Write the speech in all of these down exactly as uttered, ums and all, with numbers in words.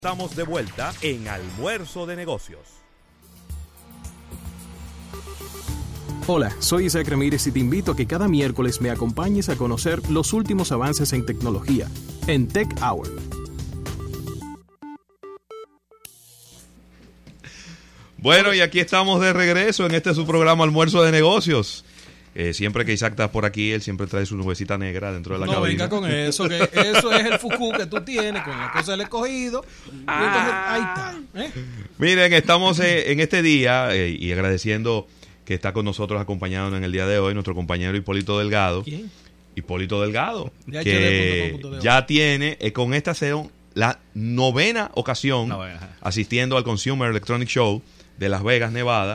Estamos de vuelta en Almuerzo de Negocios. Hola, soy Isaac Ramírez y te invito a que cada miércoles me acompañes a conocer los últimos avances en tecnología en Tech Hour. Bueno, y aquí estamos de regreso en este su programa Almuerzo de Negocios. Eh, siempre que Isaac está por aquí, él siempre trae su nubecita negra dentro de la no, cabina. No, venga con eso, que eso es el fucú que tú tienes con la cosa del escogido. Ah, entonces, ahí está. ¿eh? Miren, estamos eh, en este día eh, y agradeciendo que está con nosotros acompañándonos en el día de hoy nuestro compañero Hipólito Delgado. ¿Quién? Hipólito Delgado, de que ya tiene, eh, con esta será la novena ocasión no, bueno. asistiendo al Consumer Electronic Show de Las Vegas, Nevada.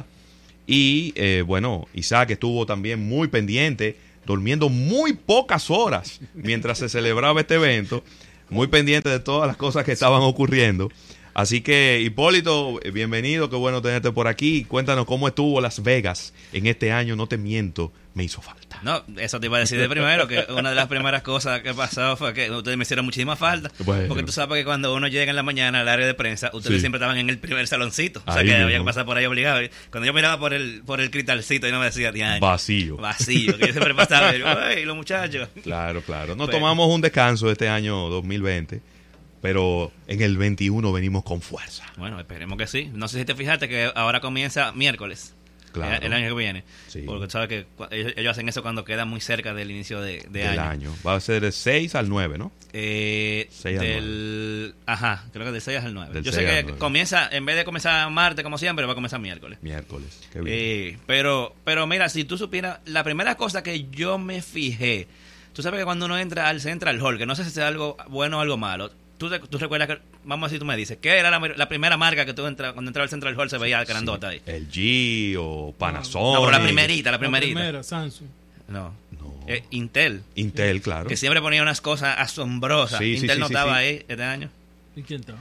Y eh, bueno, Isaac estuvo también muy pendiente, durmiendo muy pocas horas mientras se celebraba este evento, muy pendiente de todas las cosas que estaban ocurriendo. Así que, Hipólito, bienvenido, qué bueno tenerte por aquí. Cuéntanos cómo estuvo Las Vegas en este año, no te miento, me hizo falta. No, eso te iba a decir de primero, que una de las primeras cosas que pasó fue que ustedes me hicieron muchísima falta. Bueno. Porque tú sabes que cuando uno llega en la mañana al área de prensa, ustedes sí. siempre estaban en el primer saloncito. O sea, ahí que mismo. Había que pasar por ahí obligado. Cuando yo miraba por el por el cristalcito y no me decía, vacío. Vacío, que yo siempre pasaba y yo, ¡ay, los muchachos! Claro, claro. Nos Pero, tomamos un descanso este año dos mil veinte. Pero en el veintiuno venimos con fuerza. Bueno, esperemos que sí. No sé si te fijaste que ahora comienza miércoles. Claro. El, el año que viene. Sí. Porque sabes que ellos, ellos hacen eso cuando queda muy cerca del inicio de, de del año. año. Va a ser del seis al nueve, ¿no? Eh, seis del, al nueve. Ajá, creo que del seis al nueve. Del Yo sé que nueve. Comienza, en vez de comenzar martes como siempre, va a comenzar miércoles. Miércoles, qué bien. Eh, pero, pero mira, si tú supieras, la primera cosa que yo me fijé, tú sabes que cuando uno entra al Central Hall, que no sé si es algo bueno o algo malo, Tú, tú recuerdas que, vamos a decir, tú me dices, ¿qué era la, la primera marca que tú entra, cuando entraba al Central Hall se veía grandota ahí? El G o Panasonic. No, pero la primerita, la primerita. La primera, Samsung. No. no. Eh, Intel. Intel, claro. Que siempre ponía unas cosas asombrosas. Sí, Intel sí, no sí, estaba sí. ahí este año. ¿Y quién estaba?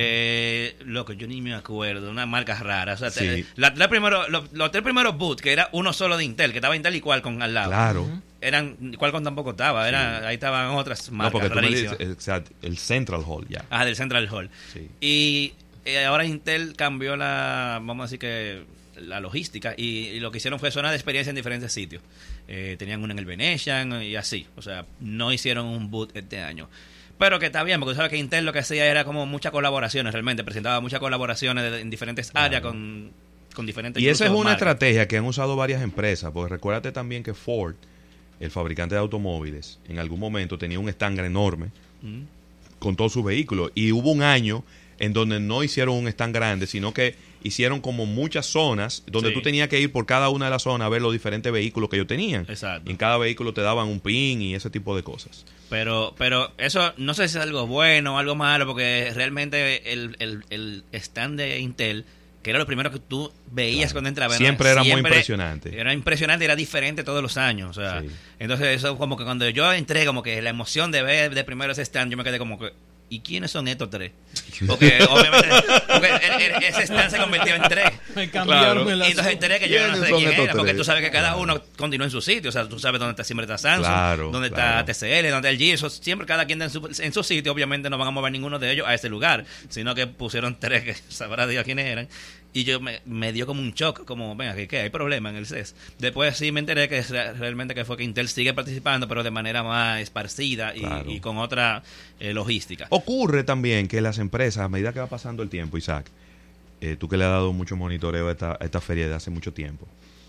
Eh, loco, yo ni me acuerdo, unas marcas raras. O sea, sí. te, la, la primero, lo, los tres primeros boots, que era uno solo de Intel, que estaba Intel y Qualcomm al lado. Claro. Uh-huh. Eran, Qualcomm tampoco estaba, era, sí. ahí estaban otras marcas. No, porque rarísimas. tú me dices, o sea, el Central Hall ya. Ah, del Central Hall. Sí. Y eh, ahora Intel cambió la, vamos a decir que la logística y, y lo que hicieron fue zona de experiencia en diferentes sitios. Eh, tenían uno en el Venetian y así. O sea, no hicieron un boot este año. Pero que está bien, porque tú sabes que Intel lo que hacía era como muchas colaboraciones, realmente. Presentaba muchas colaboraciones de, en diferentes claro. áreas con, con diferentes... Y esa es una marcas. estrategia que han usado varias empresas, porque recuérdate también que Ford, el fabricante de automóviles, en algún momento tenía un stand enorme mm. con todos sus vehículos. Y hubo un año en donde no hicieron un stand grande, sino que hicieron como muchas zonas donde sí. tú tenías que ir por cada una de las zonas a ver los diferentes vehículos que ellos tenían. Exacto. Y en cada vehículo te daban un pin y ese tipo de cosas. Pero pero eso no sé si es algo bueno o algo malo, porque realmente el, el, el stand de Intel, que era lo primero que tú veías claro. cuando entrabas, siempre era siempre muy impresionante. Era impresionante, era diferente todos los años. O sea, sí. Entonces eso como que cuando yo entré, como que la emoción de ver de primero ese stand, yo me quedé como que... ¿Y quiénes son estos tres? Porque obviamente porque ese stand se convirtió en tres. Me cambiaron claro. Y entonces enteré que yo no sé quién era, porque tú sabes que cada claro. uno continúa en su sitio. O sea, tú sabes dónde está siempre está Samsung, claro, dónde claro. está T C L, dónde está el G. Eso, siempre cada quien en su, en su sitio. Obviamente no van a mover ninguno de ellos a ese lugar, sino que pusieron tres que sabrá Dios quiénes eran. Y yo me, me dio como un shock, como, venga, ¿qué, qué? Hay problema en el C E S. Después sí me enteré que realmente que fue que Intel sigue participando, pero de manera más esparcida y, claro. y con otra eh, logística. Ocurre también que las empresas, a medida que va pasando el tiempo, Isaac, eh, tú que le has dado mucho monitoreo a esta, a esta feria de hace mucho tiempo,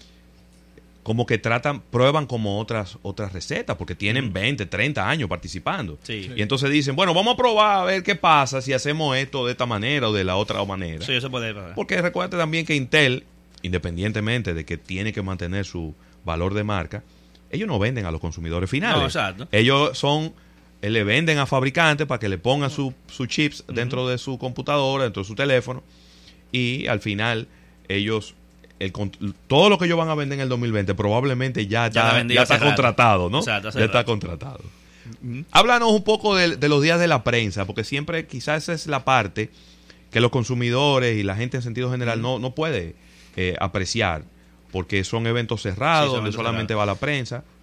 como que tratan, prueban como otras otras recetas, porque tienen mm. veinte, treinta años participando. Sí. Y entonces dicen, bueno, vamos a probar a ver qué pasa si hacemos esto de esta manera o de la otra manera. Sí, eso puede pasar. Porque recuérdate también que Intel, independientemente de que tiene que mantener su valor de marca, ellos no venden a los consumidores finales. No, exacto. Ellos son, eh, le venden a fabricantes para que le pongan sus su chips uh-huh. dentro de su computadora, dentro de su teléfono, y al final ellos... El, todo lo que ellos van a vender en el dos mil veinte probablemente ya, ya, ya, ya está contratado, ¿no? Exacto, ya está contratado. Uh-huh. Háblanos un poco de, de los días de la prensa, porque siempre quizás esa es la parte que los consumidores y la gente en sentido general uh-huh. no, no puede eh, apreciar, porque son eventos cerrados, sí, son donde eventos solamente cerrados. Va la prensa.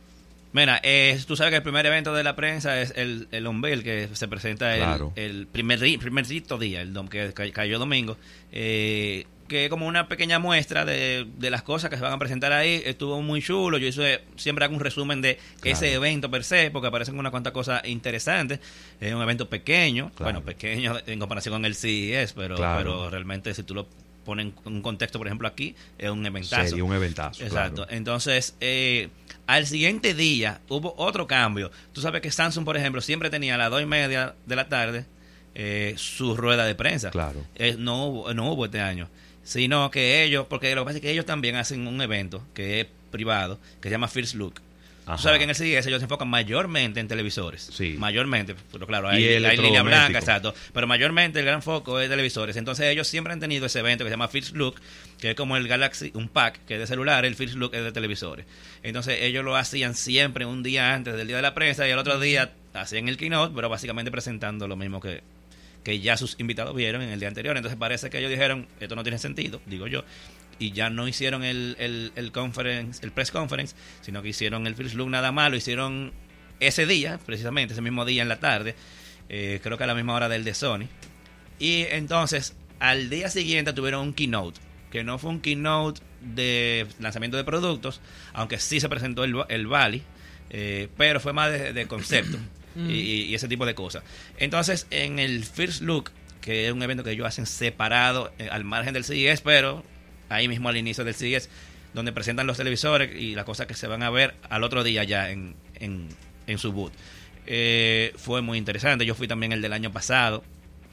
Mira, eh, tú sabes que el primer evento de la prensa es el, el Unveil, que se presenta el, Claro. el primer, di- primer día, el dom- que ca- cayó domingo, eh, que es como una pequeña muestra de, de las cosas que se van a presentar ahí. Estuvo muy chulo. Yo hice, siempre hago un resumen de Claro. ese evento per se, porque aparecen unas cuantas cosas interesantes. Es un evento pequeño, Claro. bueno, pequeño en comparación con el C E S, pero, Claro. pero realmente si tú lo pones en un contexto, por ejemplo, aquí, es un eventazo. Sería un eventazo. Exacto. claro. Entonces, eh, al siguiente día hubo otro cambio. Tú sabes que Samsung, por ejemplo, siempre tenía a las dos y media de la tarde eh, su rueda de prensa. Claro. Eh, no, hubo, no hubo este año. Sino que ellos, porque lo que pasa es que ellos también hacen un evento que es privado, que se llama First Look. Ajá. Tú sabes que en el C E S ellos se enfocan mayormente en televisores. Sí. Mayormente, pero claro, Y hay, hay línea electrodoméstico. blanca, exacto. Pero mayormente el gran foco es televisores. Entonces ellos siempre han tenido ese evento que se llama First Look, que es como el Galaxy, un pack que es de celular, el First Look es de televisores. Entonces ellos lo hacían siempre un día antes del día de la prensa y el otro día hacían el keynote, pero básicamente presentando lo mismo que, que ya sus invitados vieron en el día anterior. Entonces parece que ellos dijeron, esto no tiene sentido, digo yo, y ya no hicieron el, el, el conference, el press conference, sino que hicieron el First Look nada más, lo hicieron ese día, precisamente, ese mismo día en la tarde, eh, creo que a la misma hora del de Sony. Y entonces, al día siguiente tuvieron un keynote, que no fue un keynote de lanzamiento de productos, aunque sí se presentó el, el Valley, eh, pero fue más de, de concepto y, y ese tipo de cosas. Entonces, en el First Look, que es un evento que ellos hacen separado, eh, al margen del C E S, pero ahí mismo al inicio del C E S, donde presentan los televisores y las cosas que se van a ver al otro día ya en, en, en su booth. Eh, fue muy interesante. Yo fui también el del año pasado.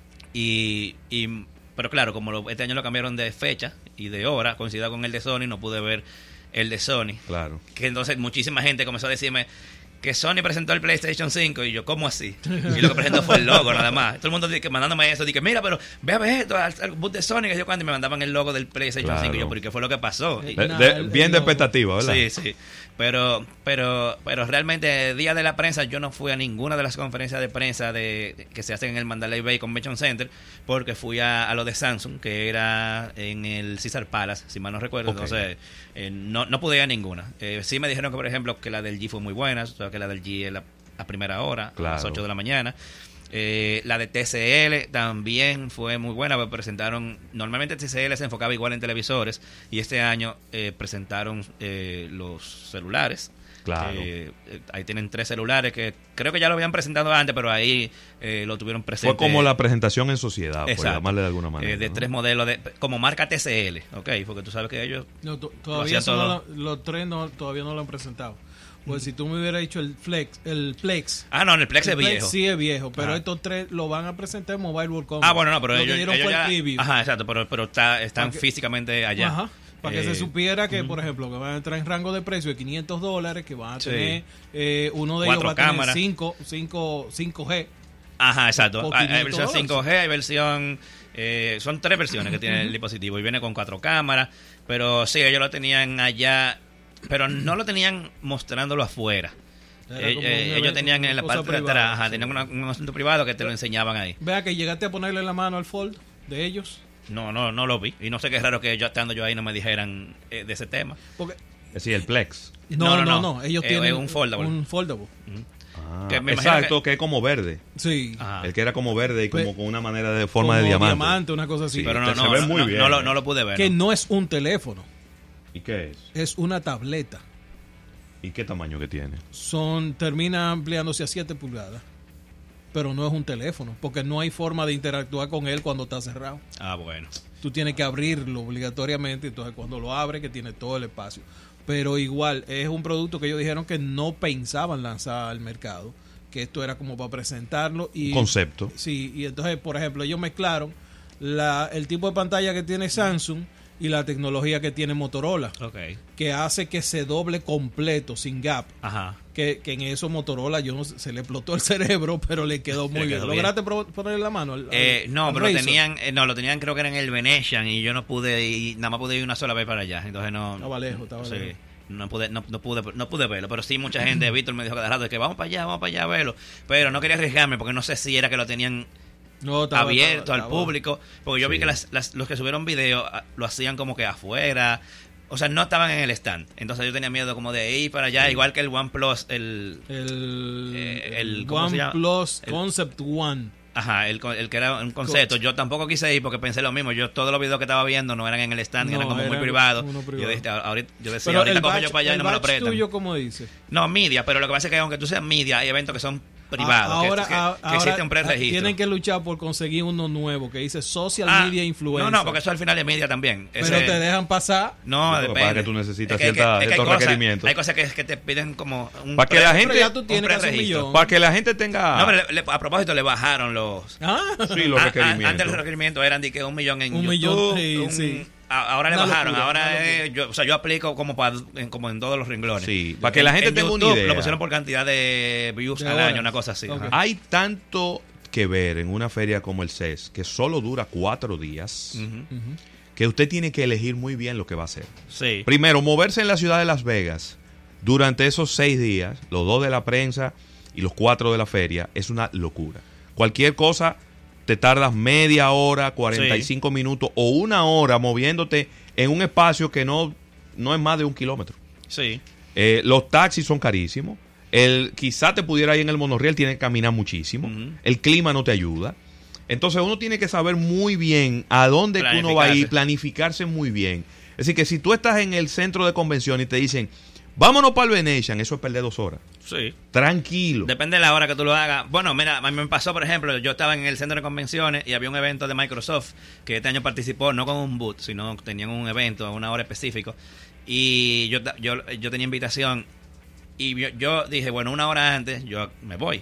Y, y pero claro, como lo, este año lo cambiaron de fecha y de hora, coincidió con el de Sony, no pude ver el de Sony. Claro. Que entonces muchísima gente comenzó a decirme que Sony presentó el PlayStation cinco y yo, ¿cómo así? Y lo que presentó fue el logo nada más. Todo el mundo dice, mandándome eso, dije, mira, pero ve a ver esto, al, al boot de Sony, que yo cuando me mandaban el logo del PlayStation Claro. cinco y yo, ¿pero qué fue lo que pasó? Y- De- Nah, de- el- bien el de logo. expectativa, ¿verdad? Sí, sí. Pero, pero, pero realmente, día de la prensa, yo no fui a ninguna de las conferencias de prensa de, de- que se hacen en el Mandalay Bay Convention Center, porque fui a, a lo de Samsung, que era en el Caesar Palace, si mal no recuerdo. Ok. Entonces, eh, no, no pude ir a ninguna. Eh, sí me dijeron que, por ejemplo, que la del G fue muy buena, o sea, que la del G es la, a primera hora, a las Claro. ocho de la mañana. Eh, la de T C L también fue muy buena, porque presentaron, normalmente T C L se enfocaba igual en televisores, y este año eh, presentaron eh, los celulares. Claro. Eh, eh, ahí tienen tres celulares que creo que ya lo habían presentado antes, pero ahí eh, lo tuvieron presente. Fue como la presentación en sociedad, por Exacto. llamarle de alguna manera. Eh, de ¿no? tres modelos, de, como marca T C L, ¿ok? Porque tú sabes que ellos... No, to- Lo todavía hacían eso no todo. lo- los tres no, todavía no lo han presentado. Pues si tú me hubieras dicho el Flex, el Plex. Ah, no, el Plex el es viejo. sí es viejo, pero Ah. estos tres lo van a presentar en Mobile World Congress. Ah, bueno, no, pero lo ellos, que dieron ellos fue ya... el preview. Ajá, exacto, pero, pero está, están Para que- físicamente allá. Ajá. Para que Eh, se supiera que, por ejemplo, que van a entrar en rango de precio de quinientos dólares, que van a Sí. tener, eh, uno de Cuatro ellos va a tener cámaras. cinco, cinco, cinco G. Ajá, exacto. Por Hay, hay quinientos versión dólares. cinco G, hay versión... eh, son tres versiones que tiene el dispositivo y viene con cuatro cámaras. Pero sí, ellos lo tenían allá, pero no lo tenían mostrándolo afuera. Era Eh, como eh, un ellos evento, tenían en la cosa parte de privada, atrás, ajá, sí. tenían una- un asunto privado que te lo enseñaban ahí. Vea que llegaste a ponerle la mano al Fold de ellos. No, no, no lo vi. Y no sé qué es raro que yo estando yo ahí no me dijeran eh, de ese tema. Porque, Es decir, el Plex. no, No, no, no, no, no. ellos Eh, tienen es un foldable. Un foldable. Ah, Que me imagino exacto, que- que... es como verde. Sí. Ajá. El que era como verde y como Pues, con una manera de forma de Como diamante. una cosa así. Sí, Pero no, que se no, ve no, muy no, bien. no lo, no lo pude ver. que ¿no? no es un teléfono, ¿Y qué es? es una tableta. ¿Y qué tamaño que tiene? Son termina ampliándose a siete pulgadas, pero no es un teléfono, porque no hay forma de interactuar con él cuando está cerrado. Ah, bueno. Tú tienes que abrirlo obligatoriamente, entonces cuando lo abre que tiene todo el espacio. Pero igual es un producto que ellos dijeron que no pensaban lanzar al mercado, que esto era como para presentarlo y Un concepto. sí, y entonces por ejemplo ellos mezclaron la, el tipo de pantalla que tiene Samsung y la tecnología que tiene Motorola, Ok. que hace que se doble completo sin gap. Ajá. Que, que en eso Motorola yo no sé, se le explotó el cerebro, pero le quedó muy Le bien. quedó bien. ¿Lograste pro- ponerle la mano? Al, al- Eh, no, al pero Razr? tenían, eh, no, lo tenían creo que era en el Venetian y yo no pude ir, nada más pude ir una sola vez para allá, entonces no. Estaba lejos, estaba sí, lejos. no pude, no, no pude, no pude verlo, pero sí mucha gente, Víctor me dijo cada rato de que vamos para allá, vamos para allá a verlo, pero no quería arriesgarme porque no sé si era que lo tenían No, estaba- abierto estaba- al estaba- público, porque yo vi Sí. que las, las- los que subieron video ah, lo hacían como que afuera, o sea, no estaban en el stand. Entonces yo tenía miedo como de ir para allá, sí. igual que el OnePlus, el... El, eh, el ¿cómo se llama? OnePlus El- Concept One. Ajá, el, co- el que era un concepto. Yo tampoco quise ir porque pensé lo mismo. Yo todos los videos que estaba viendo no eran en el stand, No, eran como muy eran privados. uno privado. Yo, dije, ahorita, yo decía, Pero ahorita el cojo batch, yo para allá y el no me lo batch prestan. tuyo, ¿cómo dice? No, media, pero lo que pasa es que aunque tú seas media, hay eventos que son privados. Ah, ahora, que, que, ah, que ahora existe un preregistro. tienen que luchar por conseguir uno nuevo que dice Social Ah, Media Influencer. No, no, porque eso al final es media también. Pero Ese- te dejan pasar. No, Lo que pasa depende. es que tú necesitas Es que- cierta- es que hay ciertos cosas- requerimientos. Hay cosas que, que te piden como un Para que la pre- gente- Pero ya tú un tienes casi un preregistro. millón. Para que la gente tenga No, pero le- le- a propósito, le bajaron los... Ah, sí, los Ah, ah, requerimientos. Antes los requerimientos eran de que un millón en Un YouTube. millón, sí, un- sí. a- Ahora le Una bajaron. locura, una ahora locura. es- yo, o sea, yo aplico como, para, en, como en todos los renglones. Sí, para que la gente En tenga una YouTube idea. Lo pusieron por cantidad de views De al horas. año, una cosa así. Ok. ajá. Hay tanto que ver en una feria como el C E S, que solo dura cuatro días, Ujú. que usted tiene que elegir muy bien lo que va a hacer. Sí. Primero, moverse en la ciudad de Las Vegas durante esos seis días, los dos de la prensa y los cuatro de la feria, es una locura. Cualquier cosa te tardas media hora, cuarenta y cinco minutos o una hora moviéndote en un espacio que no, no es más de un kilómetro. Sí. Eh, los taxis son carísimos. El, quizá te pudiera ir en el monorriel, tienes que caminar muchísimo. Ujú. El clima no te ayuda. Entonces uno tiene que saber muy bien a dónde que uno va a ir, planificarse muy bien. Es decir, que si tú estás en el centro de convención y te dicen, vámonos para el Venetian, eso es perder dos horas. Sí. Tranquilo. Depende de la hora que tú lo hagas. Bueno, mira, a mí me pasó, por ejemplo, yo estaba en el centro de convenciones y había un evento de Microsoft que este año participó, no con un booth, sino tenían un evento a una hora específica. Y yo, yo, yo tenía invitación y yo, yo dije, bueno, una hora antes yo me voy.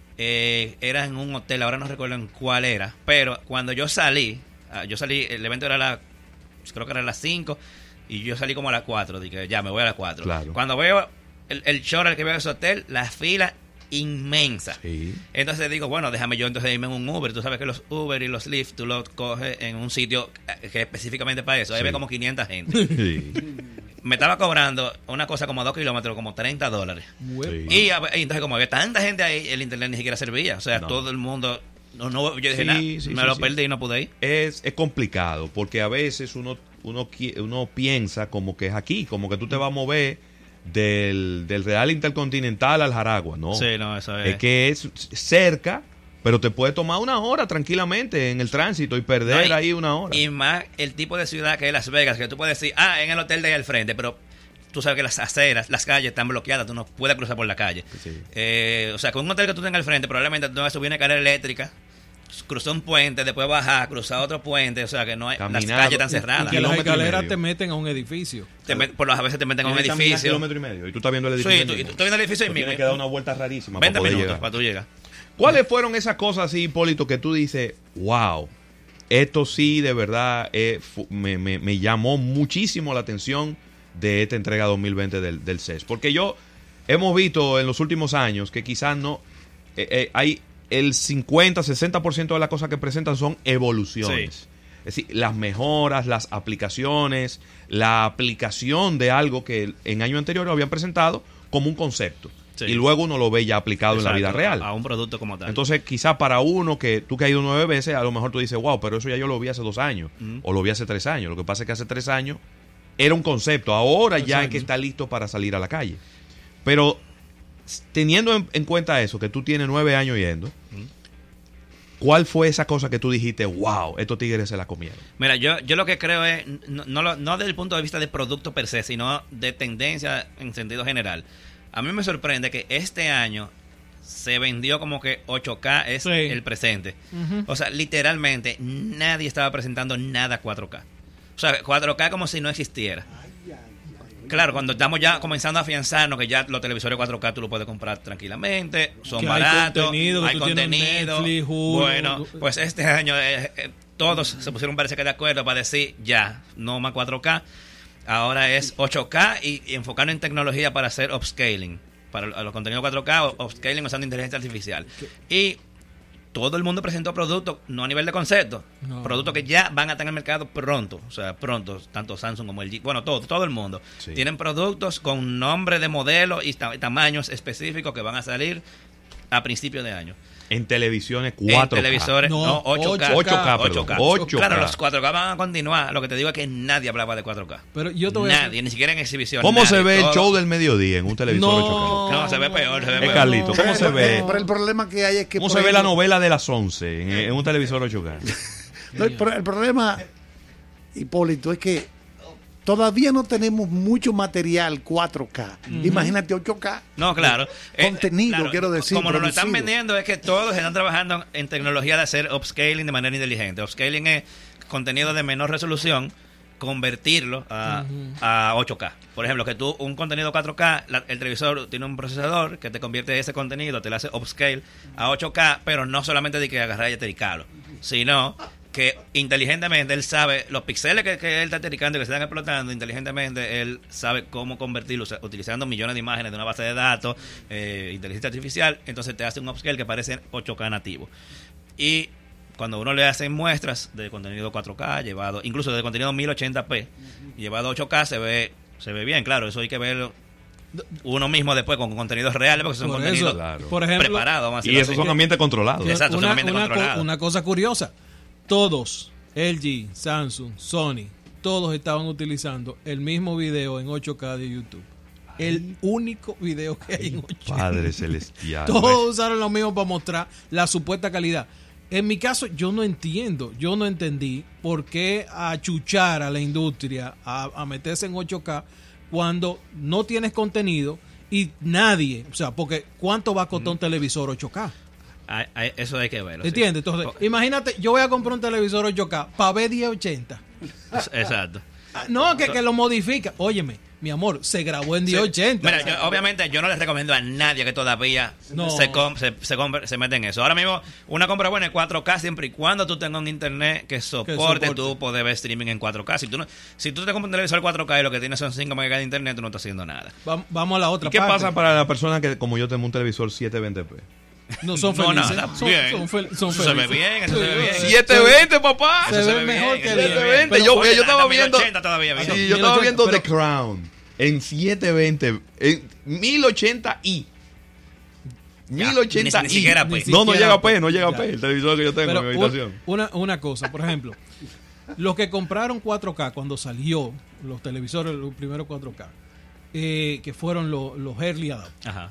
Eh, era en un hotel, ahora no recuerdo en cuál era, pero cuando yo salí, ah, yo salí, el evento era a la, creo que era a las cinco y yo salí como a las cuatro, dije, ya me voy a las cuatro. Claro. Cuando veo el, el short al que veo en ese hotel, la fila inmensa. Sí. Entonces digo, bueno, déjame yo entonces irme en un Uber. Tú sabes que los Uber y los Lyft tú los coges en un sitio que es específicamente para eso. Ahí Sí. ve como quinientas gente. Sí. Me estaba cobrando una cosa como dos kilómetros, como treinta dólares. Sí. Y, a- y entonces como había tanta gente ahí, el internet ni siquiera servía. O sea, No. todo el mundo... No, no, yo dije, Sí, nada, sí, me sí, lo sí. perdí y no pude ir. Es, es complicado porque a veces uno, uno, qui- uno piensa como que es aquí, como que tú te vas a mover del, del Real Intercontinental al Jaragua. No, Sí, no, eso es... es que es cerca, pero te puede tomar una hora tranquilamente en el tránsito y perder No, y- ahí una hora. Y más el tipo de ciudad que es Las Vegas, que tú puedes decir, ah, en el hotel de ahí al frente, pero tú sabes que las aceras, las calles están bloqueadas, tú no puedes cruzar por la calle. Sí. Eh, o sea, con un hotel que tú tengas al frente, probablemente tú vas a subir una escalera eléctrica, cruzar un puente, después bajar, cruzar otro puente, o sea, que no hay, las Caminar calles están y- cerradas. Que las kilómetro y escaleras medio. te meten a un edificio. Te met- por las a veces te meten a un Tienes que caminar edificio. kilómetro y medio y tú estás viendo el Sí, edificio. tú, y tú mismo. estás viendo el edificio y Tú mismo. tienes que dar una vuelta rarísima veinte para poder minutos llegar. para tú llegar. ¿Cuáles fueron esas cosas así, Hipólito, que tú dices, wow, esto sí de verdad eh, fu- me, me- me llamó muchísimo la atención de esta entrega dos mil veinte del, del C E S? Porque yo hemos visto en los últimos años que quizás no eh, eh, hay el cincuenta, sesenta por ciento de las cosas que presentan son evoluciones. Sí. Es decir, las mejoras, las aplicaciones, la aplicación de algo que en años anteriores habían presentado como un concepto. Sí. Y luego uno lo ve ya aplicado en la vida Exacto, real. A, a un producto como tal. Entonces, quizás para uno que tú que has ido nueve veces, a lo mejor tú dices, wow, pero eso ya yo lo vi hace dos años Ujú. o lo vi hace tres años. Lo que pasa es que hace tres años era un concepto, ahora ya es Exacto. que está listo para salir a la calle. Pero s- teniendo en, en cuenta eso, que tú tienes nueve años yendo, ¿cuál fue esa cosa que tú dijiste, wow, estos tigres se la comieron? Mira, yo, yo lo que creo es, no, no, lo- no desde el punto de vista de producto per se, sino de tendencia en sentido general. A mí me sorprende que este año se vendió como que ocho K es Sí. el presente. O sea, literalmente nadie estaba presentando nada cuatro K. O sea, cuatro K como si no existiera. Claro, cuando estamos ya comenzando a afianzarnos que ya los televisores cuatro K tú lo puedes comprar tranquilamente, son Que hay baratos, contenido, que hay tú tienes contenido. Netflix, Hulu. Bueno, pues este año eh, eh, todos se pusieron parece que de acuerdo para decir ya, no más cuatro K, ahora es ocho K y, y enfocarnos en tecnología para hacer upscaling, para los contenidos cuatro K, o upscaling usando inteligencia artificial. Y todo el mundo presentó productos, no a nivel de concepto, No. productos que ya van a estar en el mercado pronto, o sea, pronto, tanto Samsung como el G, bueno, todo, todo el mundo. Sí. Tienen productos con nombre de modelo y ta- tamaños específicos que van a salir a principios de año. En televisiones cuatro K. En televisores, no, No, ocho K. ocho K, perdón, ocho K. ocho K. Claro, los cuatro K van a continuar. Lo que te digo es que nadie hablaba de cuatro K. Pero yo te voy a Nadie, ni siquiera en exhibición. ¿Cómo nadie, se ve todo- el show del mediodía en un televisor No. ocho K? No, se ve peor, se ve Eh, peor. Carlito, ¿cómo se Pero, ve? pero el problema que hay es que... ¿Cómo por se ve la ejemplo, novela de las once en, en un televisor ocho K? no, el, pro- el problema, Hipólito, es que todavía no tenemos mucho material cuatro K. Imagínate ocho K. No, claro. Eh, Contenido, claro, quiero decir, Como nos lo están producido. vendiendo, es que todos están trabajando en tecnología de hacer upscaling de manera inteligente. Upscaling es contenido de menor resolución, convertirlo a, a ocho K. Por ejemplo, que tú, un contenido cuatro K, la- el televisor tiene un procesador que te convierte ese contenido, te lo hace upscale a ocho K, pero no solamente de que agarrar y atericarlo, sino que inteligentemente él sabe los píxeles que, que él está atericando y que se están explotando, inteligentemente él sabe cómo convertirlo, o sea, utilizando millones de imágenes de una base de datos, eh, inteligencia artificial, entonces te hace un upscale que parece ocho K nativo. Y cuando uno le hace muestras de contenido cuatro K llevado, incluso de contenido mil ochenta p llevado a ocho K, se ve se ve bien, claro, eso hay que verlo uno mismo después con contenidos reales porque son Por contenidos eso, claro. por ejemplo, preparados, vamos a Y decirlo esos así. son ambientes controlados. Exacto, son una, ambientes una co- controlados. una cosa curiosa, todos, L G, Samsung, Sony, todos estaban utilizando el mismo video en ocho K de YouTube. El único video que hay en ocho K. Padre celestial. Todos usaron lo mismo para mostrar la supuesta calidad. En mi caso, yo no entiendo, yo no entendí por qué achuchar a la industria a, a meterse en ocho K cuando no tienes contenido y nadie, o sea, porque ¿cuánto va a costar un televisor ocho K? Ay, ay, eso hay que verlo. sí. ¿Entiendes? Entonces, O- imagínate, yo voy a comprar un televisor ocho K para ver diez ochenta. Exacto. Ah, No, que, que lo modifica. Óyeme, mi amor, se grabó en diez ochenta. Mira, yo, obviamente yo no les recomiendo a nadie que todavía No. se, com- se, se, compre- se mete en eso. Ahora mismo, una compra buena es cuatro K siempre y cuando tú tengas un internet que soporte, soporte. tú poder ver streaming en cuatro K. Si tú, no, si tú te compras un televisor cuatro K y lo que tienes son cinco megas de internet, tú no estás haciendo nada. Va- Vamos a la otra ¿Y qué parte. pasa para la persona que, como yo, tengo un televisor setecientos veinte p? No son No, felices. nada, son, bien. son fel- son Eso se ve felices. bien, eso se ve bien. setecientos veinte, papá. Se Eso ve mejor bien, que eso se ve bien. bien. setecientos veinte. Pero, Yo, oye, yo estaba hasta viendo. mil ochenta todavía bien. Sí, yo mil estaba ochenta, viendo pero- The Crown en setecientos veinte, en mil ochenta i. Ya, mil ochenta ni- i. ni siquiera Ni P. siquiera No, no llega a P. P, no llega a Ya. P. El televisor que yo tengo Pero en mi un- habitación. una, una cosa, por ejemplo, los que compraron cuatro K cuando salió los televisores, los primeros cuatro K, eh, que fueron los, los early adopters, Ajá.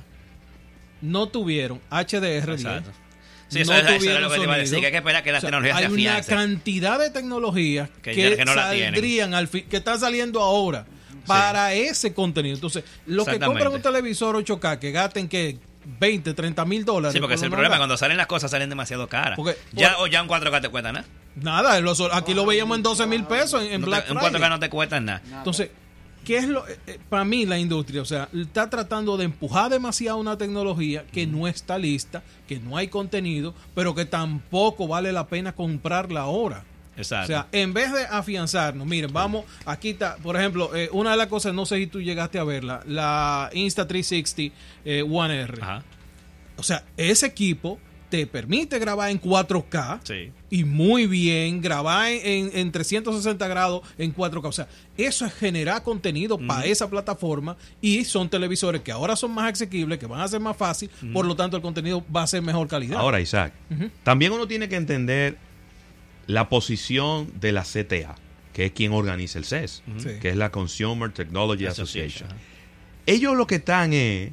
no tuvieron H D R diez. Exacto. Sí, eso, no eso era tuvieron lo que te iba a decir, sonido. que hay que esperar que la O sea, tecnología hay se una afiance. cantidad de tecnologías Que que, ya- que no la tienen. saldrían al fin, que están saliendo ahora para ese contenido. Entonces, los que Exactamente. compran un televisor ocho K que gasten que veinte, treinta mil dólares. Sí, porque por es el lo problema, normal. cuando salen las cosas salen demasiado caras. Porque- ya, por- o ya un cuatro K te cuesta nada. Nada, los- aquí lo veíamos en doce mil pesos en, en No te- Black un Friday. cuatro K no te cuesta nada. Entonces, ¿qué es lo? eh, eh, para mí la industria, o sea, está tratando de empujar demasiado una tecnología que no está lista, que no hay contenido, pero que tampoco vale la pena comprarla ahora. Exacto. O sea, en vez de afianzarnos, miren, vamos, aquí está, por ejemplo, eh, una de las cosas, no sé si tú llegaste a verla, la Insta trescientos sesenta eh, One R. Ajá. O sea, ese equipo te permite grabar en cuatro K Sí. y muy bien, grabar en, en trescientos sesenta grados en cuatro K. O sea, eso es generar contenido para esa plataforma y son televisores que ahora son más asequibles, que van a ser más fácil, por lo tanto el contenido va a ser mejor calidad. Ahora, Isaac, Ujú. también uno tiene que entender la posición de la C T A, que es quien organiza el C E S, Sí. que es la Consumer Technology Association. Association, ajá. Ellos lo que están es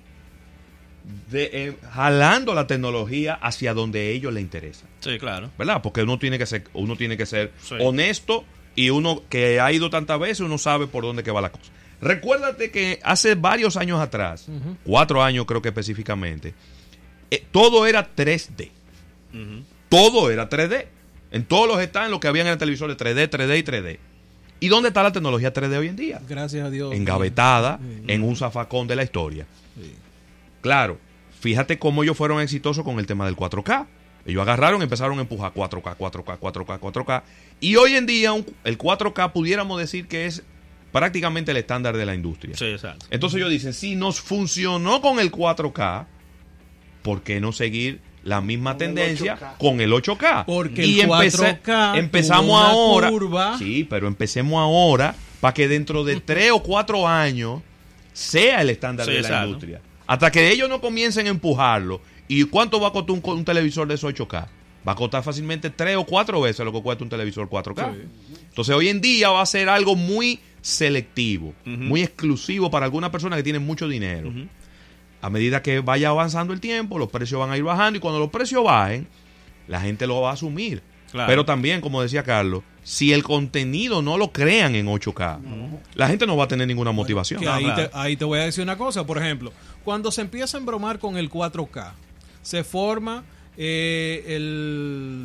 de, eh, jalando la tecnología hacia donde a ellos les interesa, Sí, claro. ¿verdad? Porque uno tiene que ser, uno tiene que ser Sí. honesto y uno que ha ido tantas veces, uno sabe por dónde que va la cosa. Recuérdate que hace varios años atrás, Ujú. cuatro años creo que específicamente, eh, todo era tres D. Ujú. Todo era tres D. En todos los stands lo que habían en el televisor de tres D, tres D y tres D. ¿Y dónde está la tecnología tres D hoy en día? Gracias a Dios. Engavetada Sí. en un zafacón de la historia. Sí. Claro, fíjate cómo ellos fueron exitosos con el tema del cuatro K. Ellos agarraron, empezaron a empujar cuatro K, cuatro K, cuatro K, cuatro K. Y hoy en día un- el cuatro K pudiéramos decir que es prácticamente el estándar de la industria. Sí, exacto. Entonces ellos dicen, si nos funcionó con el cuatro K, ¿por qué no seguir la misma Con el tendencia ocho K? con el ocho K? Porque Y el empecé- cuatro K empezamos tuvo una ahora. curva. Sí, pero empecemos ahora para que dentro de tres o cuatro años sea el estándar Sí, de la exacto. industria. Hasta que ellos no comiencen a empujarlo ¿Y cuánto va a costar un, un televisor de esos ocho K? Va a costar fácilmente tres o cuatro veces lo que cuesta un televisor cuatro K. Sí. Entonces hoy en día va a ser algo muy selectivo, uh-huh. muy exclusivo para algunas personas que tienen mucho dinero. Uh-huh. A medida que vaya avanzando el tiempo, los precios van a ir bajando y cuando los precios bajen, la gente lo va a asumir. Claro. Pero también, como decía Carlos, si el contenido no lo crean en ocho K, uh-huh. la gente no va a tener ninguna motivación. Bueno, no, ahí, claro. te, ahí te voy a decir una cosa, por ejemplo, cuando se empieza a embromar con el cuatro K, se forma eh, el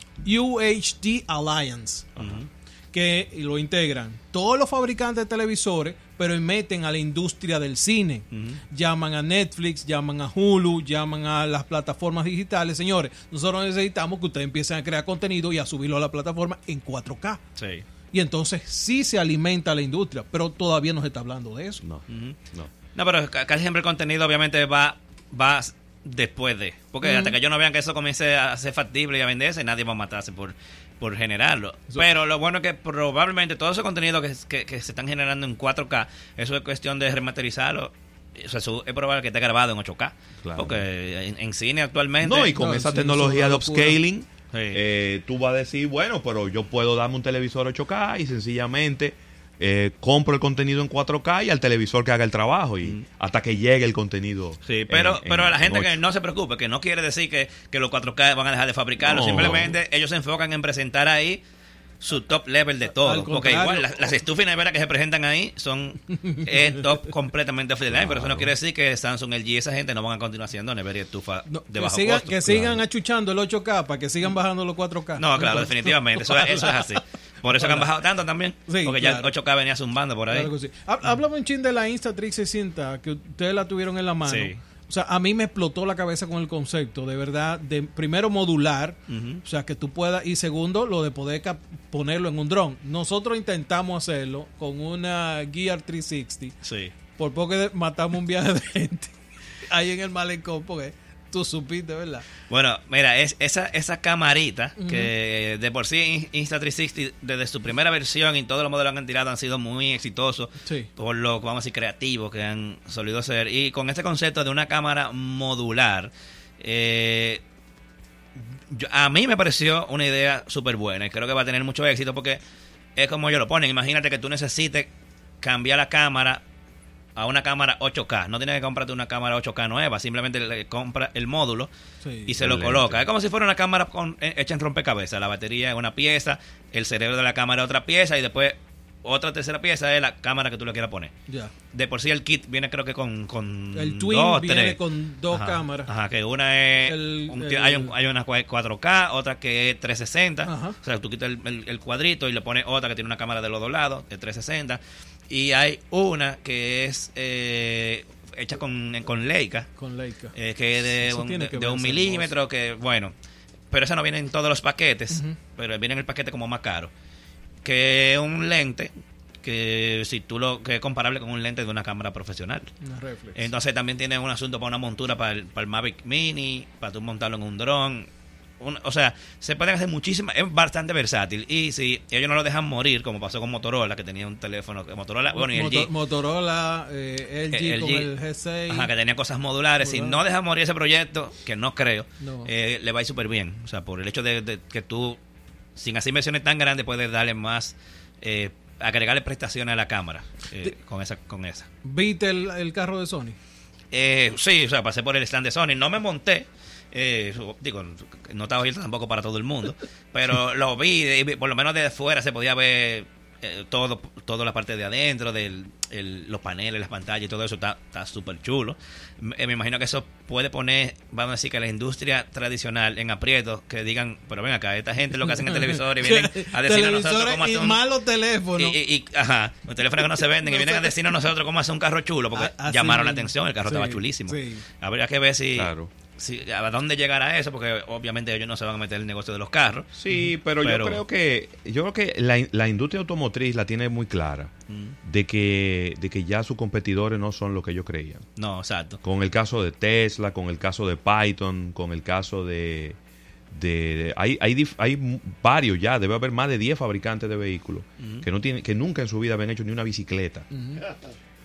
U H D Alliance, uh-huh. que lo integran todos los fabricantes de televisores, pero meten a la industria del cine. Uh-huh. Llaman a Netflix, llaman a Hulu, llaman a las plataformas digitales. Señores, nosotros necesitamos que ustedes empiecen a crear contenido y a subirlo a la plataforma en cuatro K. Sí. Y entonces sí se alimenta la industria, pero todavía no se está hablando de eso. No, uh-huh. no. No, pero casi siempre el contenido obviamente va, va después de. Porque uh-huh. hasta que ellos no vean que eso comience a ser factible y a venderse, nadie va a matarse por... por generarlo. Eso. Pero lo bueno es que probablemente todo ese contenido que, que, que se están generando en cuatro K, eso es cuestión de remasterizarlo. O sea, eso es probable que esté grabado en ocho K. Claro. Porque en, en cine actualmente... No, y con no, esa sí, tecnología de upscaling, sí. eh, tú vas a decir, bueno, pero yo puedo darme un televisor ocho K y sencillamente eh, compro el contenido en cuatro K y al televisor que haga el trabajo y mm. hasta que llegue el contenido. Sí, pero, en, pero en, la gente en que no se preocupe, que no quiere decir que, que los cuatro K van a dejar de fabricarlo, no. simplemente ellos se enfocan en presentar ahí su top level de todo. Porque igual las, las estufas y neveras que se presentan ahí son eh, top completamente off the line, claro. pero eso no quiere decir que Samsung, L G, esa gente no van a continuar haciendo nevera y estufa no, de bajo que siga, costo. Que claro. sigan achuchando el ocho K para que sigan bajando los cuatro K. No, claro, Entonces, definitivamente, eso, eso es así. Por eso que han bajado tanto también, sí, porque claro. ya el ocho K venía zumbando por ahí. Claro sí. Háblame un chin de la Insta-Trix sesenta, que ustedes la tuvieron en la mano. Sí. O sea, a mí me explotó la cabeza con el concepto, de verdad, de primero modular, uh-huh. o sea, que tú puedas, y segundo, lo de poder cap- ponerlo en un dron. Nosotros intentamos hacerlo con una Gear trescientos sesenta. Sí. Por poco de- matamos un viaje de gente ahí en el malecón, porque tú supiste, ¿verdad? Bueno, mira, es esa esa camarita uh-huh. que de por sí Insta360 desde su primera versión y todos los modelos que han tirado han sido muy exitosos sí. por lo, vamos a decir, creativos que han solido ser. Y con este concepto de una cámara modular, eh, yo, a mí me pareció una idea súper buena y creo que va a tener mucho éxito porque es como ellos lo ponen. Imagínate que tú necesites cambiar la cámara a una cámara ocho K. No tienes que comprarte una cámara ocho K nueva, simplemente le compra el módulo sí, y se lo coloca. Es como si fuera una cámara con, hecha en rompecabezas. La batería es una pieza, el cerebro de la cámara es otra pieza y después otra tercera pieza es la cámara que tú le quieras poner. Ya. De por sí el kit viene creo que con, con el Twin dos, viene tres. con dos ajá, cámaras. Ajá, que una es el, un, el, hay, un, hay una cuatro K, otra que es trescientos sesenta. Ajá. O sea, tú quitas el, el, el cuadrito y le pones otra que tiene una cámara de los dos lados, de trescientos sesenta. Y hay una que es eh, hecha con, con Leica. Con Leica. Eh, que es de Eso un, de, que de un milímetro, que bueno. Pero esa no viene en todos los paquetes, uh-huh. pero viene en el paquete como más caro. Que es un lente que si tú lo que es comparable con un lente de una cámara profesional. Una reflex. Entonces también tiene un asunto para una montura para el, para el Mavic Mini, para tú montarlo en un dron. Un, o sea, se pueden hacer muchísimas, es bastante versátil. Y si ellos no lo dejan morir, como pasó con Motorola, que tenía un teléfono, Motorola, bueno, y Motor, L G. Motorola, eh, L G, L G con el G seis. Ajá, que tenía cosas modulares. Modular. Si no dejan morir ese proyecto, que no creo, no. Eh, le va a ir súper bien. O sea, por el hecho de, de que tú, sin hacer inversiones tan grandes, puedes darle más, eh, agregarle prestaciones a la cámara eh, con esa con esa. ¿Viste el, el carro de Sony? Eh, sí, o sea, pasé por el stand de Sony. No me monté. Eh, digo, no estaba abierto tampoco para todo el mundo, pero lo vi, y por lo menos desde fuera se podía ver eh, todo, toda la parte de adentro, del, el, los paneles, las pantallas y todo eso está súper chulo. Me, me imagino que eso puede poner, vamos a decir, que la industria tradicional en aprietos, que digan, pero ven acá, esta gente lo que hacen en televisores y vienen a decirnos a nosotros cómo hacer un... malos teléfonos. Y, y, y, ajá, los teléfonos que no se venden, no y vienen sé. a decirnos a nosotros cómo hacer un carro chulo, porque a, llamaron la atención, el carro sí, estaba chulísimo. Sí. Habría que ver si... Claro. Sí, ¿a dónde llegará eso? Porque obviamente ellos no se van a meter en el negocio de los carros. Sí, pero, pero yo creo que yo creo que la, la industria automotriz la tiene muy clara mm. de que de que ya sus competidores no son lo que ellos creían. No, exacto. Con el caso de Tesla, con el caso de Python, con el caso de... de, de hay, hay, hay varios ya, debe haber más de diez fabricantes de vehículos mm. que no tienen, que nunca en su vida habían hecho ni una bicicleta. Mm.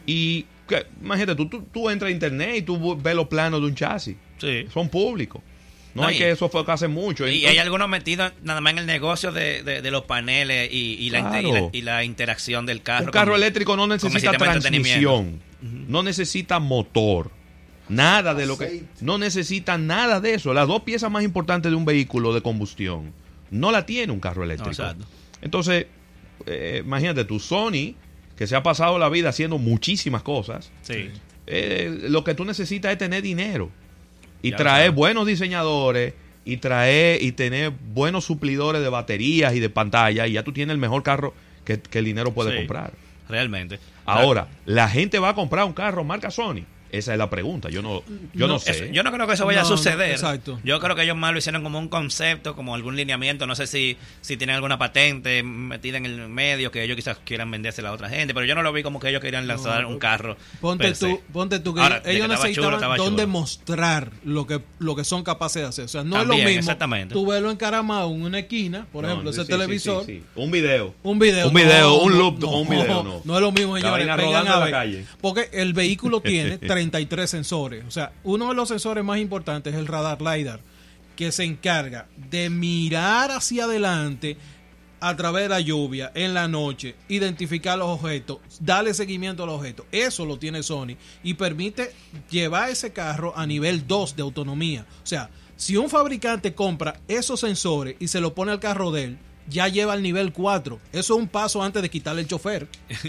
Y que, imagínate, tú, tú, tú entras a internet y tú ves los planos de un chasis. Sí. Son públicos. No, No, hay y- que eso fue hace mucho. Y Entonces, hay algunos metidos nada más en el negocio de, de, de los paneles y, y, la, inte- Claro. y, la, y la interacción del carro. un carro con- eléctrico no con el necesita sistema de transmisión, no necesita motor, nada de lo que... Aceite. No necesita nada de eso. Las dos piezas más importantes de un vehículo de combustión no la tiene un carro eléctrico. No, exacto. Entonces, eh, imagínate tú, Sony, que se ha pasado la vida haciendo muchísimas cosas, Sí. eh, lo que tú necesitas es tener dinero y Ya lo traer sabes. buenos diseñadores y traer y tener buenos suplidores de baterías y de pantalla, y ya tú tienes el mejor carro que, que el dinero puede Sí. comprar. Realmente. Ahora, ¿la gente va a comprar un carro marca Sony? Esa es la pregunta. Yo no, yo no, No, sé. eso- yo no creo que eso vaya No, a no, suceder. exacto. Yo creo que ellos más lo hicieron como un concepto, como algún lineamiento. No sé si, si tienen alguna patente metida en el medio que ellos quizás quieran vendérsela a otra gente, pero yo no lo vi como que ellos querían lanzar No, un carro. Ponte per se. tú, ponte tú que Ahora, de ellos que estaba necesitaban chulo, estaba dónde chulo. mostrar lo que lo que son capaces de hacer. O sea, no También, es lo mismo exactamente. tú verlo encaramado en una esquina, por No, ejemplo, sí, ese sí, televisor. sí, sí, sí. Un video. Un video. Un video, no, un no, loop no, con un video, no. No es lo mismo, La señores. vaina vengan rodando a en la ver. calle. Porque el vehículo tiene treinta y tres sensores. O sea, uno de los sensores más importantes es el radar LiDAR, que se encarga de mirar hacia adelante a través de la lluvia, en la noche, identificar los objetos, darle seguimiento a los objetos. Eso lo tiene Sony y permite llevar ese carro a nivel dos de autonomía. O sea, si un fabricante compra esos sensores y se lo pone al carro de él, ya lleva al nivel cuatro. Eso es un paso antes de quitarle el chofer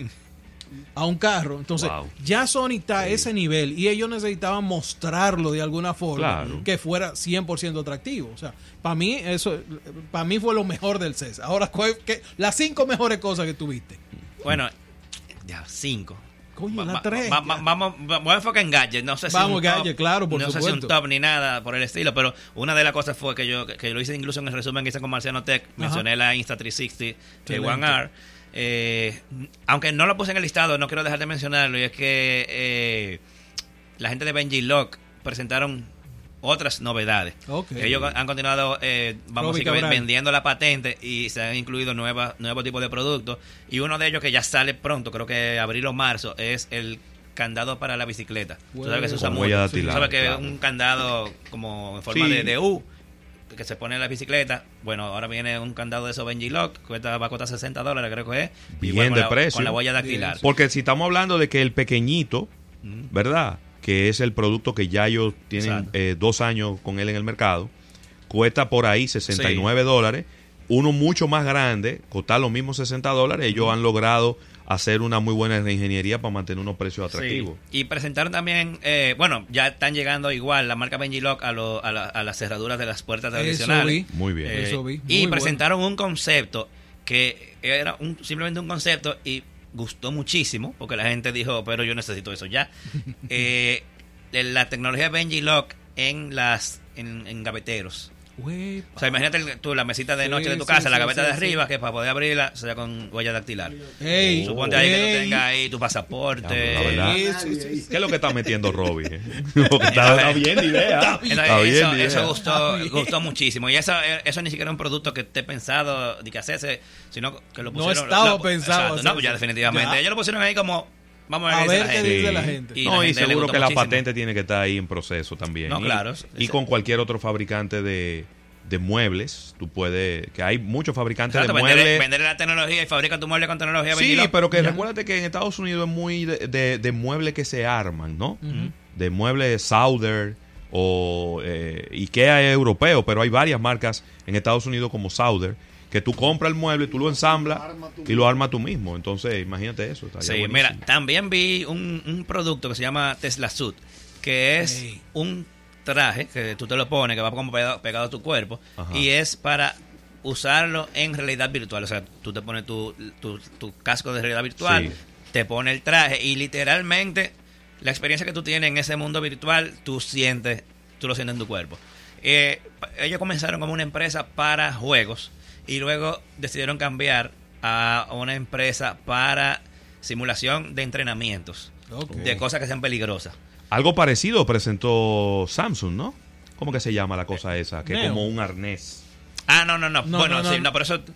a un carro. Entonces, Wow. ya Sony está a ese nivel y ellos necesitaban mostrarlo de alguna forma Claro. que fuera cien por ciento atractivo. O sea, para mí eso para mí fue lo mejor del C E S. Ahora, ¿cuál- qué- las cinco mejores cosas que tuviste. Bueno, ya, cinco. Coño, Va- la va- tres. va- va- vamos, va- voy a enfocar en gadgets. No sé si Vamos, un top, gadget, claro, por no sé si supuesto. un top ni nada por el estilo, pero una de las cosas fue que yo, que yo lo hice incluso en el resumen que hice con Marciano Tech. Mencioné la Insta trescientos sesenta de Excelente. One R. Eh, aunque no lo puse en el listado, no quiero dejar de mencionarlo, y es que eh, la gente de Benji Lock presentaron otras novedades. Ok. Ellos han continuado, eh, vamos a Robbie decir, que Cabral. vendiendo la patente y se han incluido nuevas, nuevos tipos de productos. Y uno de ellos que ya sale pronto, creo que abril o marzo, es el candado para la bicicleta. Tú sabes que se usa Con mucho. huella Tú dactilar, sabes que claro. es un candado como en forma Sí. de, de U que se pone en la bicicleta. Bueno, ahora viene un candado de esos Benji Lock, cuesta, va a costar sesenta dólares, creo que es. Bien Igual con de la- precio. Con la huella dactilar. Porque si estamos hablando de que el pequeñito, ¿verdad? Que es el producto que ya ellos tienen Exacto. eh, dos años con él en el mercado, cuesta por ahí sesenta y nueve dólares. Uno mucho más grande, costar los mismos sesenta dólares. Ellos han logrado hacer una muy buena ingeniería para mantener unos precios atractivos. Sí. Y presentaron también, eh, bueno, ya están llegando igual la marca Benji Lock a, lo- a, la- a las cerraduras de las puertas Eso tradicionales. vi. Muy bien. Eh, Eso vi. y Muy presentaron un concepto que era un, simplemente un concepto y gustó muchísimo porque la gente dijo, pero yo necesito eso ya. eh, de la tecnología Benji Lock en las en, en gaveteros. Güey, O sea, imagínate el- tú la mesita de Sí, noche de tu sí, casa, la sí, gaveta sí, de arriba, sí. que para poder abrirla sea con huella dactilar. ey, Suponte ahí que tú ey. tengas ahí tu pasaporte. Ya, la verdad. Sí, sí, sí. ¿Qué es lo que está metiendo Robbie? eh? Porque está, está bien la idea. Entonces, Está bien eso, la idea. eso gustó, Está bien. gustó muchísimo. Y eso, eso ni siquiera era un producto que esté pensado de que hacerse, sino que lo No pusieron. estaba pensado exacto, hacerse. no, ya definitivamente. Ya. Ellos lo pusieron ahí como. Vamos a A ver, ver qué qué dice dice la la gente. gente. Y No, la y gente le seguro gustó que la muchísimo. patente tiene que estar ahí en proceso también. No, Y- claro. Y, con cualquier otro fabricante de, de muebles, tú puedes... Que hay muchos fabricantes Exacto, de vender, muebles... vender la tecnología y fabrica tu mueble con tecnología. Sí, Benji Lock. pero que Ya. recuérdate que en Estados Unidos es muy de, de, de muebles que se arman, ¿no? Ujú. De muebles Sauder o eh, IKEA es europeo, pero hay varias marcas en Estados Unidos como Sauder que tú compras el mueble, tú lo ensamblas y lo armas tú mismo. Entonces, imagínate eso. estaría Sí, buenísimo. mira, también vi un, un producto que se llama Tesla Suit, que es Ey. un traje que tú te lo pones, que va como pegado, pegado a tu cuerpo, Ajá. y es para usarlo en realidad virtual. O sea, tú te pones tu, tu, tu casco de realidad virtual, Sí. te pones el traje y literalmente la experiencia que tú tienes en ese mundo virtual, tú sientes, tú lo sientes en tu cuerpo. Eh, ellos comenzaron como una empresa para juegos y luego decidieron cambiar a una empresa para simulación de entrenamientos, Ok. de cosas que sean peligrosas. Algo parecido presentó Samsung, ¿no? ¿Cómo que se llama la cosa esa? Que es Neo. como un arnés. Ah, no, no, no. No, bueno, no, no, sí, no. no, pero eso... No.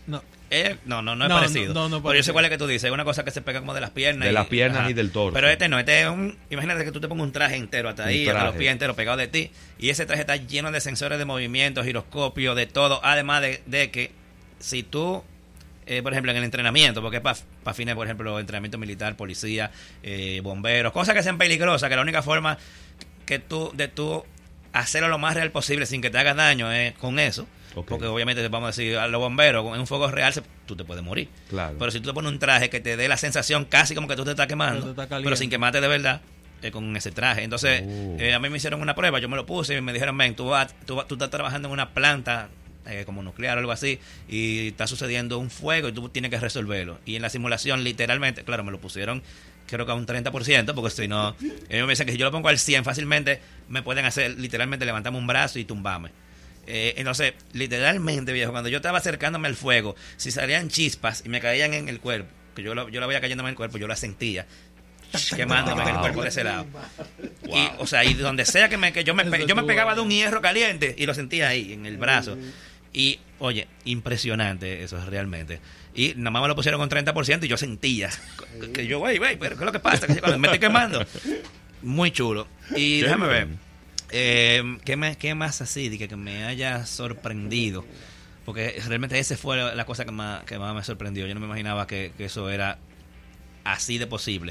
Eh, no, no, no es No, parecido. no, no, no pero yo parecido. sé cuál es que tú dices. Es una cosa que se pega como de las piernas. De y, las piernas ajá. y del torso. Pero este no, este es un... Imagínate que tú te pongas un traje entero hasta Un ahí, hasta los traje. pies enteros pegados de ti. Y ese traje está lleno de sensores de movimiento, giroscopio, de todo. Además de, de que si tú... Eh, por ejemplo, en el entrenamiento, porque para pa fines, por ejemplo, entrenamiento militar, policía, eh, bomberos, cosas que sean peligrosas, que la única forma que tú, de tú hacerlo lo más real posible sin que te hagas daño es con eso. Ok. Porque obviamente, vamos a decir, a los bomberos, en un fuego real, se, tú te puedes morir. Claro. Pero si tú te pones un traje que te dé la sensación casi como que tú te estás quemando, Pero te está caliente. pero sin quemarte de verdad, eh, con ese traje. Entonces, Oh. eh, a mí me hicieron una prueba, yo me lo puse y me dijeron, ven, tú, vas, tú, vas- tú estás trabajando en una planta eh, como nuclear o algo así, y está sucediendo un fuego y tú tienes que resolverlo. Y en la simulación, literalmente, claro, me lo pusieron creo que a un treinta por ciento, porque si no, ellos me dicen que si yo lo pongo al cien fácilmente, me pueden hacer literalmente levantarme un brazo y tumbarme. Eh, entonces, literalmente, viejo, cuando yo estaba acercándome al fuego, si salían chispas y me caían en el cuerpo, que yo lo, yo la veía cayéndome en el cuerpo, yo la sentía quemándome en el cuerpo de ese lado. Y, o sea, y donde sea que, me, que yo me, pe- yo me pegaba de un hierro caliente y lo sentía ahí, en el brazo. Y, oye, impresionante eso realmente. Y nada más me lo pusieron con treinta por ciento y yo sentía que yo, güey, güey, pero ¿qué es lo que pasa? Que yo me estoy quemando. Muy chulo. Y Qué déjame ver. bien. Eh, ¿qué, me, ¿Qué más así de que, que me haya sorprendido? Porque realmente esa fue la cosa que más, que más me sorprendió. Yo no me imaginaba que, que eso era así de posible.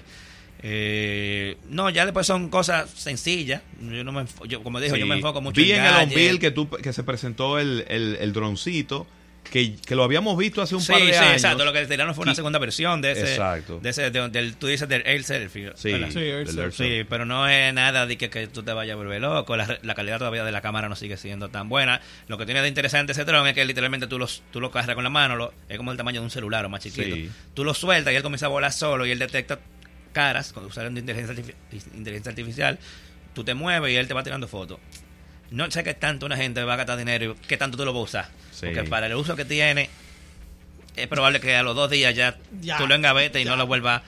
Eh, no, ya después son cosas sencillas. Yo no me enfo- yo, como dijo, Sí. yo me enfoco mucho Vi en en el gadgets. on-bill que, tú, que se presentó el, el, el droncito, que, que lo habíamos visto hace un Sí, par de sí, años. exacto. Lo que tiraron fue una Y- segunda versión de ese. Exacto. De ese de- del, tú dices del Air Selfie. Sí, ¿verdad? Sí, Air del Surf. Air Surf. Sí, pero no es nada de que, que tú te vayas a volver loco. La, la calidad todavía de la cámara no sigue siendo tan buena. Lo que tiene de interesante ese dron es que literalmente tú, los, tú lo cargas con la mano. Lo, es como el tamaño de un celular o más chiquito. Sí. Tú lo sueltas y él comienza a volar solo y él detecta caras con usando inteligencia, artifi- inteligencia artificial. Tú te mueves y él te va tirando fotos. No sé qué tanto una gente va a gastar dinero y qué tanto tú lo vas a usar. Sí. Porque para el uso que tiene, es probable que a los dos días ya, Ya, tú lo engavetes y ya. no lo vuelvas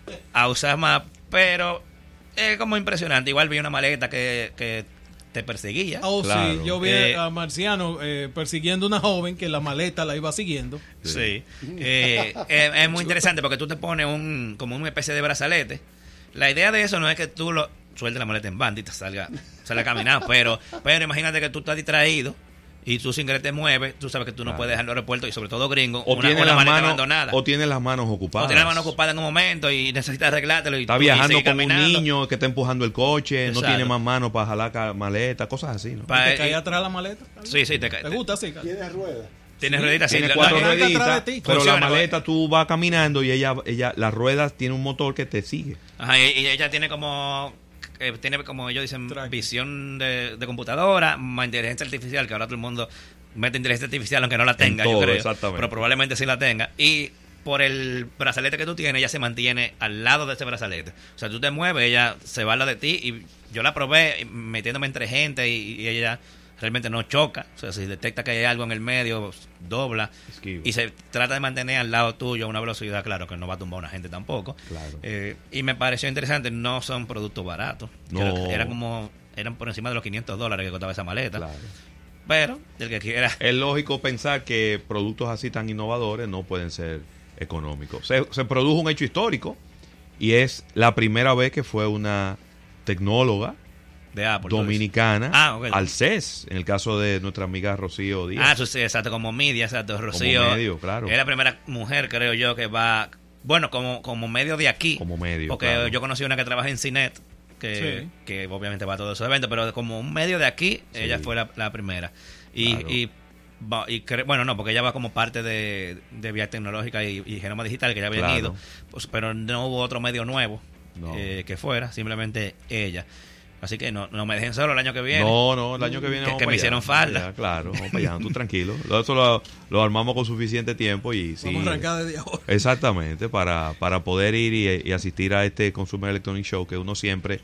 a usar más. Pero es como impresionante. Igual vi una maleta que, que te perseguía. Oh, Claro. sí, yo vi Eh, a Marciano eh, persiguiendo a una joven que la maleta la iba siguiendo. Sí. Eh, es, es muy interesante porque tú te pones un como una especie de brazalete. La idea de eso no es que tú lo sueltes la maleta en banda y te salga, salga a caminar, pero, pero imagínate que tú estás distraído y tú sin querer te mueves, tú sabes que tú no Claro. puedes dejar en los aeropuertos y sobre todo gringos, O una, tiene una las maleta manos abandonada. o tiene las manos ocupadas. O tienes la mano ocupada en un momento y necesitas arreglártelo y Está tú- y viajando seguir con un caminando. niño que está empujando el coche, no Exacto. tiene más manos para jalar ca- maleta, cosas así, ¿no? Pa- ¿Te eh, cae atrás la maleta? Sí, sí, te, ¿Te te- gusta así? Carlos? Tiene ruedas. tienes rueditas así. Tiene la- cuatro la- ruedas rueditas, atrás de ti. pero Funciona, la maleta tú vas caminando y ella, ella, las ruedas tiene un motor que te sigue. Ajá, y, y ella tiene como eh, tiene como ellos dicen Track. visión de, de computadora, más inteligencia artificial, que ahora todo el mundo mete inteligencia artificial aunque no la tenga, todo, yo creo, exactamente. pero probablemente sí la tenga. Y por el brazalete que tú tienes, ella se mantiene al lado de ese brazalete. O sea, tú te mueves, ella se va al lado de ti y yo la probé metiéndome entre gente y, y ella realmente no choca. O sea, si detecta que hay algo en el medio, dobla. Esquiva. Y se trata de mantener al lado tuyo a una velocidad, claro, que no va a tumbar a una gente tampoco. Claro. Eh, y me pareció interesante, no son productos baratos. No. Era, era como, eran por encima de los quinientos dólares que costaba esa maleta. Claro. Pero, el que quiera. Es lógico pensar que productos así tan innovadores no pueden ser económicos. Se, se produjo un hecho histórico y es la primera vez que fue una tecnóloga De Apple. tú dominicana Ah, ok. al C E S, en el caso de nuestra amiga Rocío dices. Díaz. Ah, eso sí, exacto, como media, exacto. Rocío. medio, claro. Es la primera mujer, creo yo, que va. Bueno, como, como medio de aquí. Como medio, Porque claro. yo conocí una que trabaja en Cinet, que, Sí. que obviamente va a todos esos eventos, pero como un medio de aquí, Sí. ella fue la, la primera. Y, Claro. y, va- y cre- bueno, no, porque ella va como parte de, de Vía Tecnológica y, y Genoma Digital, que ya habían Claro. ido, pues, pero no hubo otro medio nuevo No. eh, que fuera, simplemente ella. Así que no, no me dejen solo el año que viene. No, no, el año que viene Que- vamos que para me allá, hicieron vamos para falda. allá, claro, vamos para allá, tú tranquilo. Eso lo, lo armamos con suficiente tiempo y sí. Vamos a arrancar desde ahora. Exactamente, para, para poder ir y, y asistir a este Consumer Electronic Show que uno siempre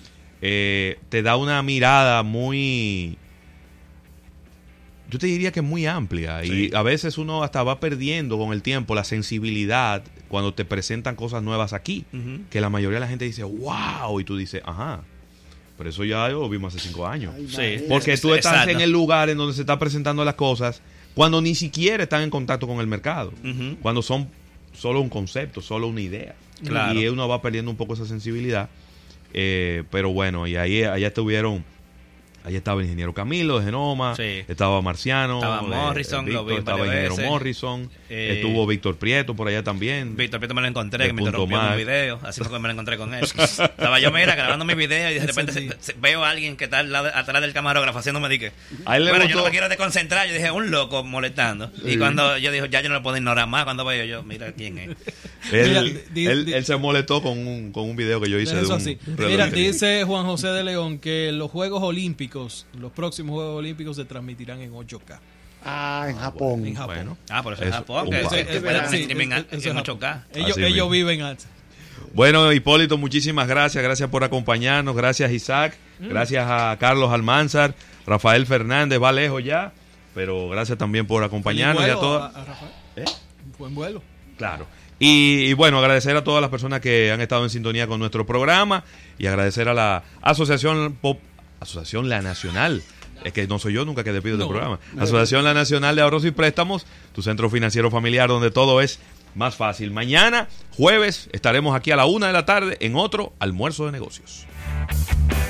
eh, te da una mirada muy, yo te diría que muy amplia y Sí. a veces uno hasta va perdiendo con el tiempo la sensibilidad cuando te presentan cosas nuevas aquí, Ujú. que la mayoría de la gente dice, wow, y tú dices, ajá, pero eso ya lo vimos hace cinco años. Ay, Sí. imagínate. Porque tú estás Exacto. en el lugar en donde se están presentando las cosas cuando ni siquiera están en contacto con el mercado, Ujú. cuando son solo un concepto, solo una idea. Claro. Y uno va perdiendo un poco esa sensibilidad. Eh, pero bueno, y ahí allá estuvieron, allá estaba el ingeniero Camilo de Genoma, Sí. estaba Marciano, Estaba de- Morrison, de lo vi Víctor, estaba el varias ingeniero veces. Morrison, Eh, estuvo Víctor Prieto por allá también. Víctor Prieto me lo encontré, De que me Punto interrumpió en un Mar. video. Así fue que me lo encontré con él. Estaba yo, mira, grabando mi video y de repente Sí. se- se- veo a alguien que está al lado- atrás del camarógrafo haciéndome dique. A él le Bueno, yo gustó- no me quiero desconcentrar. Yo dije, un loco molestando. Y Sí. cuando yo dije, ya yo no lo puedo ignorar más, cuando veo yo, mira quién es. Él, Mira, di- él- di- él se molestó con un, con un video que yo hice de Eso un así. reloj Mira, inteligente. dice Juan José de León que los Juegos Olímpicos, los próximos Juegos Olímpicos se transmitirán en ocho K. Ah, en Japón. En Japón. Bueno, Ah, por eso es Eso, Japón, un que, pa- que, Eso- que puede eso- un streaming eso- eso en es ocho K. Japón. Ellos, Así ellos mismo. viven alto. Bueno, Hipólito, muchísimas gracias. Gracias por acompañarnos. Gracias, Isaac. Gracias a Carlos Almanzar. Rafael Fernández va lejos ya. Pero gracias también por acompañarnos y a Buen vuelo todas. a- a Rafael. ¿Eh? Buen vuelo. Claro. Y, y bueno, agradecer a todas las personas que han estado en sintonía con nuestro programa y agradecer a la Asociación Pop, Asociación La Nacional. Es que no soy yo nunca que te pido No, este programa. no. Asociación La Nacional de Ahorros y Préstamos, tu centro financiero familiar donde todo es más fácil. Mañana, jueves, estaremos aquí a la una de la tarde en otro almuerzo de negocios.